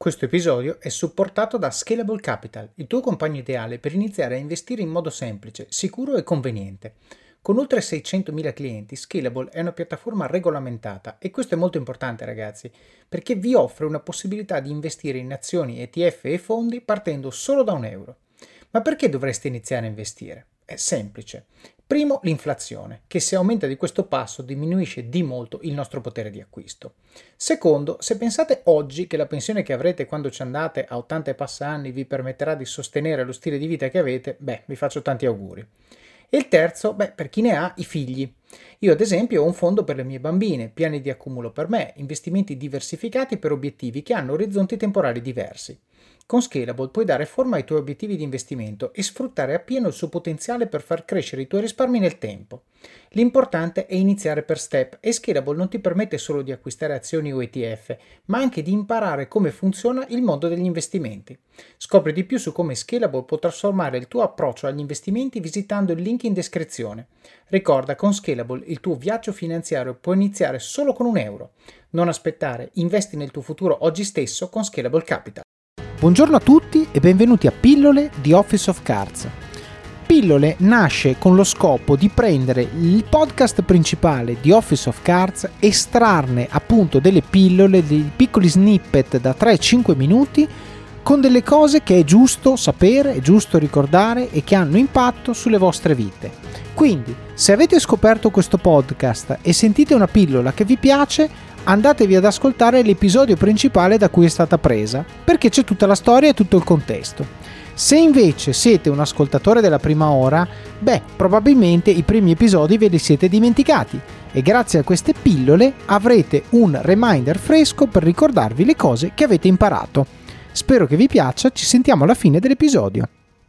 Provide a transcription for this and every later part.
Questo episodio è supportato da Scalable Capital, il tuo compagno ideale per iniziare a investire in modo semplice, sicuro e conveniente. Con oltre 600.000 clienti, Scalable è una piattaforma regolamentata e questo è molto importante, ragazzi, perché vi offre una possibilità di investire in azioni, ETF e fondi partendo solo da €1. Ma perché dovreste iniziare a investire? È semplice. Primo, l'inflazione, che se aumenta di questo passo diminuisce di molto il nostro potere di acquisto. Secondo, se pensate oggi che la pensione che avrete quando ci andate a 80 e passa anni vi permetterà di sostenere lo stile di vita che avete, vi faccio tanti auguri. E il terzo, per chi ne ha, i figli. Io ad esempio ho un fondo per le mie bambine, piani di accumulo per me, investimenti diversificati per obiettivi che hanno orizzonti temporali diversi. Con Scalable puoi dare forma ai tuoi obiettivi di investimento e sfruttare appieno il suo potenziale per far crescere i tuoi risparmi nel tempo. L'importante è iniziare per step e Scalable non ti permette solo di acquistare azioni o ETF, ma anche di imparare come funziona il mondo degli investimenti. Scopri di più su come Scalable può trasformare il tuo approccio agli investimenti visitando il link in descrizione. Ricorda, con Scalable il tuo viaggio finanziario può iniziare solo con €1. Non aspettare, investi nel tuo futuro oggi stesso con Scalable Capital. Buongiorno a tutti e benvenuti a Pillole di Office of Cards. Pillole nasce con lo scopo di prendere il podcast principale di Office of Cards, estrarne appunto delle pillole, dei piccoli snippet da 3-5 minuti con delle cose che è giusto sapere, è giusto ricordare e che hanno impatto sulle vostre vite. Quindi, se avete scoperto questo podcast e sentite una pillola che vi piace, andatevi ad ascoltare l'episodio principale da cui è stata presa, perché c'è tutta la storia e tutto il contesto. Se invece siete un ascoltatore della prima ora, probabilmente i primi episodi ve li siete dimenticati e grazie a queste pillole avrete un reminder fresco per ricordarvi le cose che avete imparato. Spero che vi piaccia, ci sentiamo alla fine dell'episodio.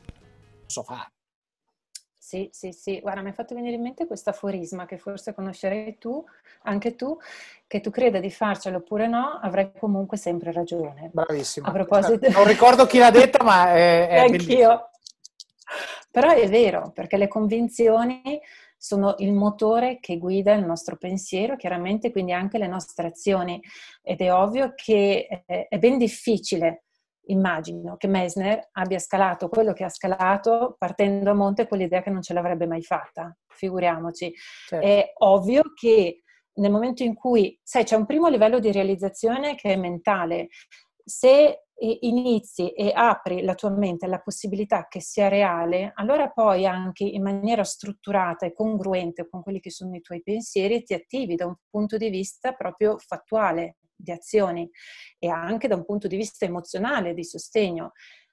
Sì, guarda, mi hai fatto venire in mente questo aforisma che forse conoscerai tu, anche tu, che tu creda di farcelo oppure no, avrai comunque sempre ragione. Bravissima. A proposito... Non ricordo chi l'ha detta, ma è anch'io. Però è vero, perché le convinzioni sono il motore che guida il nostro pensiero, chiaramente, quindi anche le nostre azioni. Ed è ovvio che è ben difficile, immagino, che Meissner abbia scalato quello che ha scalato partendo a monte con l'idea che non ce l'avrebbe mai fatta, figuriamoci. Certo. È ovvio che nel momento in cui, sai, c'è un primo livello di realizzazione che è mentale. Se inizi e apri la tua mente alla possibilità che sia reale, allora poi anche in maniera strutturata e congruente con quelli che sono i tuoi pensieri ti attivi da un punto di vista proprio fattuale, di azioni e anche da un punto di vista emozionale, di sostegno.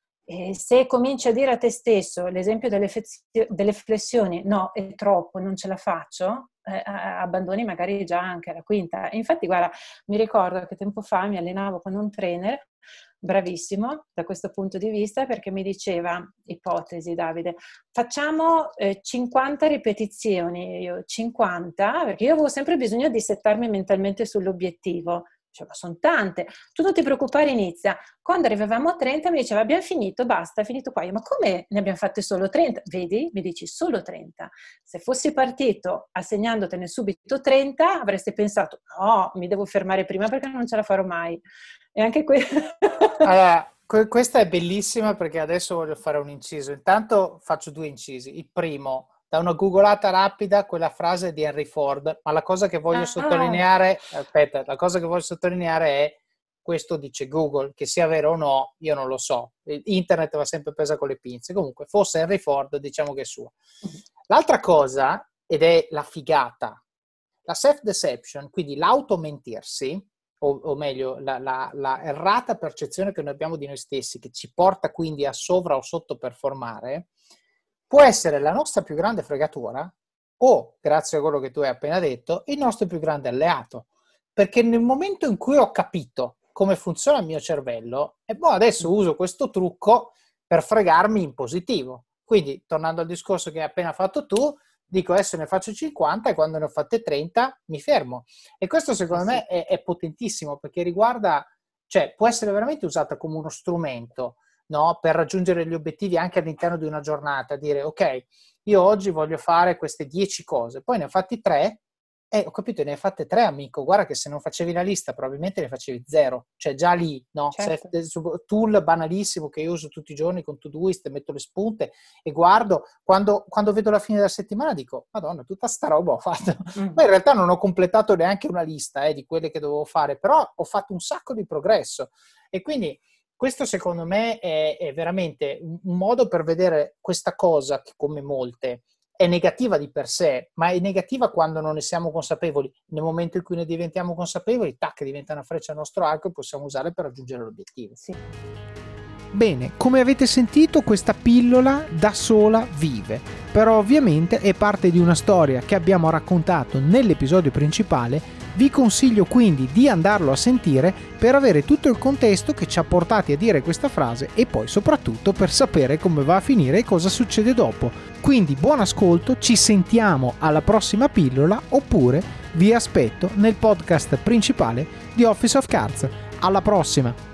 E se cominci a dire a te stesso l'esempio delle flessioni, no, è troppo, non ce la faccio, abbandoni magari già anche alla quinta. E infatti, guarda, mi ricordo che tempo fa mi allenavo con un trainer bravissimo da questo punto di vista, perché mi diceva, ipotesi Davide, facciamo 50 ripetizioni, io 50, perché io avevo sempre bisogno di settarmi mentalmente sull'obiettivo. Cioè, ma sono tante, tu non ti preoccupare, inizia. Quando arrivavamo a 30 mi diceva abbiamo finito, basta, è finito qua. Io, ma come ne abbiamo fatte solo 30? Vedi? Mi dici solo 30. Se fossi partito assegnandotene subito 30 avresti pensato no, mi devo fermare prima perché non ce la farò mai. E anche Allora, questa è bellissima perché adesso voglio fare un inciso. Intanto faccio 2 incisi. Il primo, da una googolata rapida, quella frase di Henry Ford, ma la cosa che voglio sottolineare, la cosa che voglio sottolineare è, questo dice Google, che sia vero o no, io non lo so. Internet va sempre presa con le pinze. Comunque, fosse Henry Ford, diciamo che è suo. L'altra cosa, ed è la figata, la self-deception, quindi l'automentirsi, o meglio, la errata percezione che noi abbiamo di noi stessi, che ci porta quindi a sovra o sottoperformare, può essere la nostra più grande fregatura o, grazie a quello che tu hai appena detto, il nostro più grande alleato. Perché nel momento in cui ho capito come funziona il mio cervello, adesso uso questo trucco per fregarmi in positivo. Quindi, tornando al discorso che hai appena fatto tu, dico adesso ne faccio 50 e quando ne ho fatte 30 mi fermo. E questo secondo me è potentissimo, perché riguarda, cioè può essere veramente usata come uno strumento, no? Per raggiungere gli obiettivi anche all'interno di una giornata, dire ok, io oggi voglio fare queste 10 cose, poi ne ho fatti 3 Ho capito, ne hai fatte 3, amico. Guarda che se non facevi la lista probabilmente ne facevi 0. Cioè già lì, no? Certo. Tool banalissimo che io uso tutti i giorni con Todoist, metto le spunte e guardo. Quando vedo la fine della settimana dico, Madonna, tutta sta roba ho fatto. Ma in realtà non ho completato neanche una lista di quelle che dovevo fare, però ho fatto un sacco di progresso. E quindi questo secondo me è veramente un modo per vedere questa cosa che, come molte, è negativa di per sé, ma è negativa quando non ne siamo consapevoli. Nel momento in cui ne diventiamo consapevoli, tac, diventa una freccia al nostro arco e possiamo usarla per raggiungere l'obiettivo. Sì. Bene, come avete sentito, questa pillola da sola vive, però ovviamente è parte di una storia che abbiamo raccontato nell'episodio principale. Vi consiglio quindi di andarlo a sentire per avere tutto il contesto che ci ha portati a dire questa frase e poi soprattutto per sapere come va a finire e cosa succede dopo. Quindi buon ascolto, ci sentiamo alla prossima pillola oppure vi aspetto nel podcast principale di Office of Cards. Alla prossima!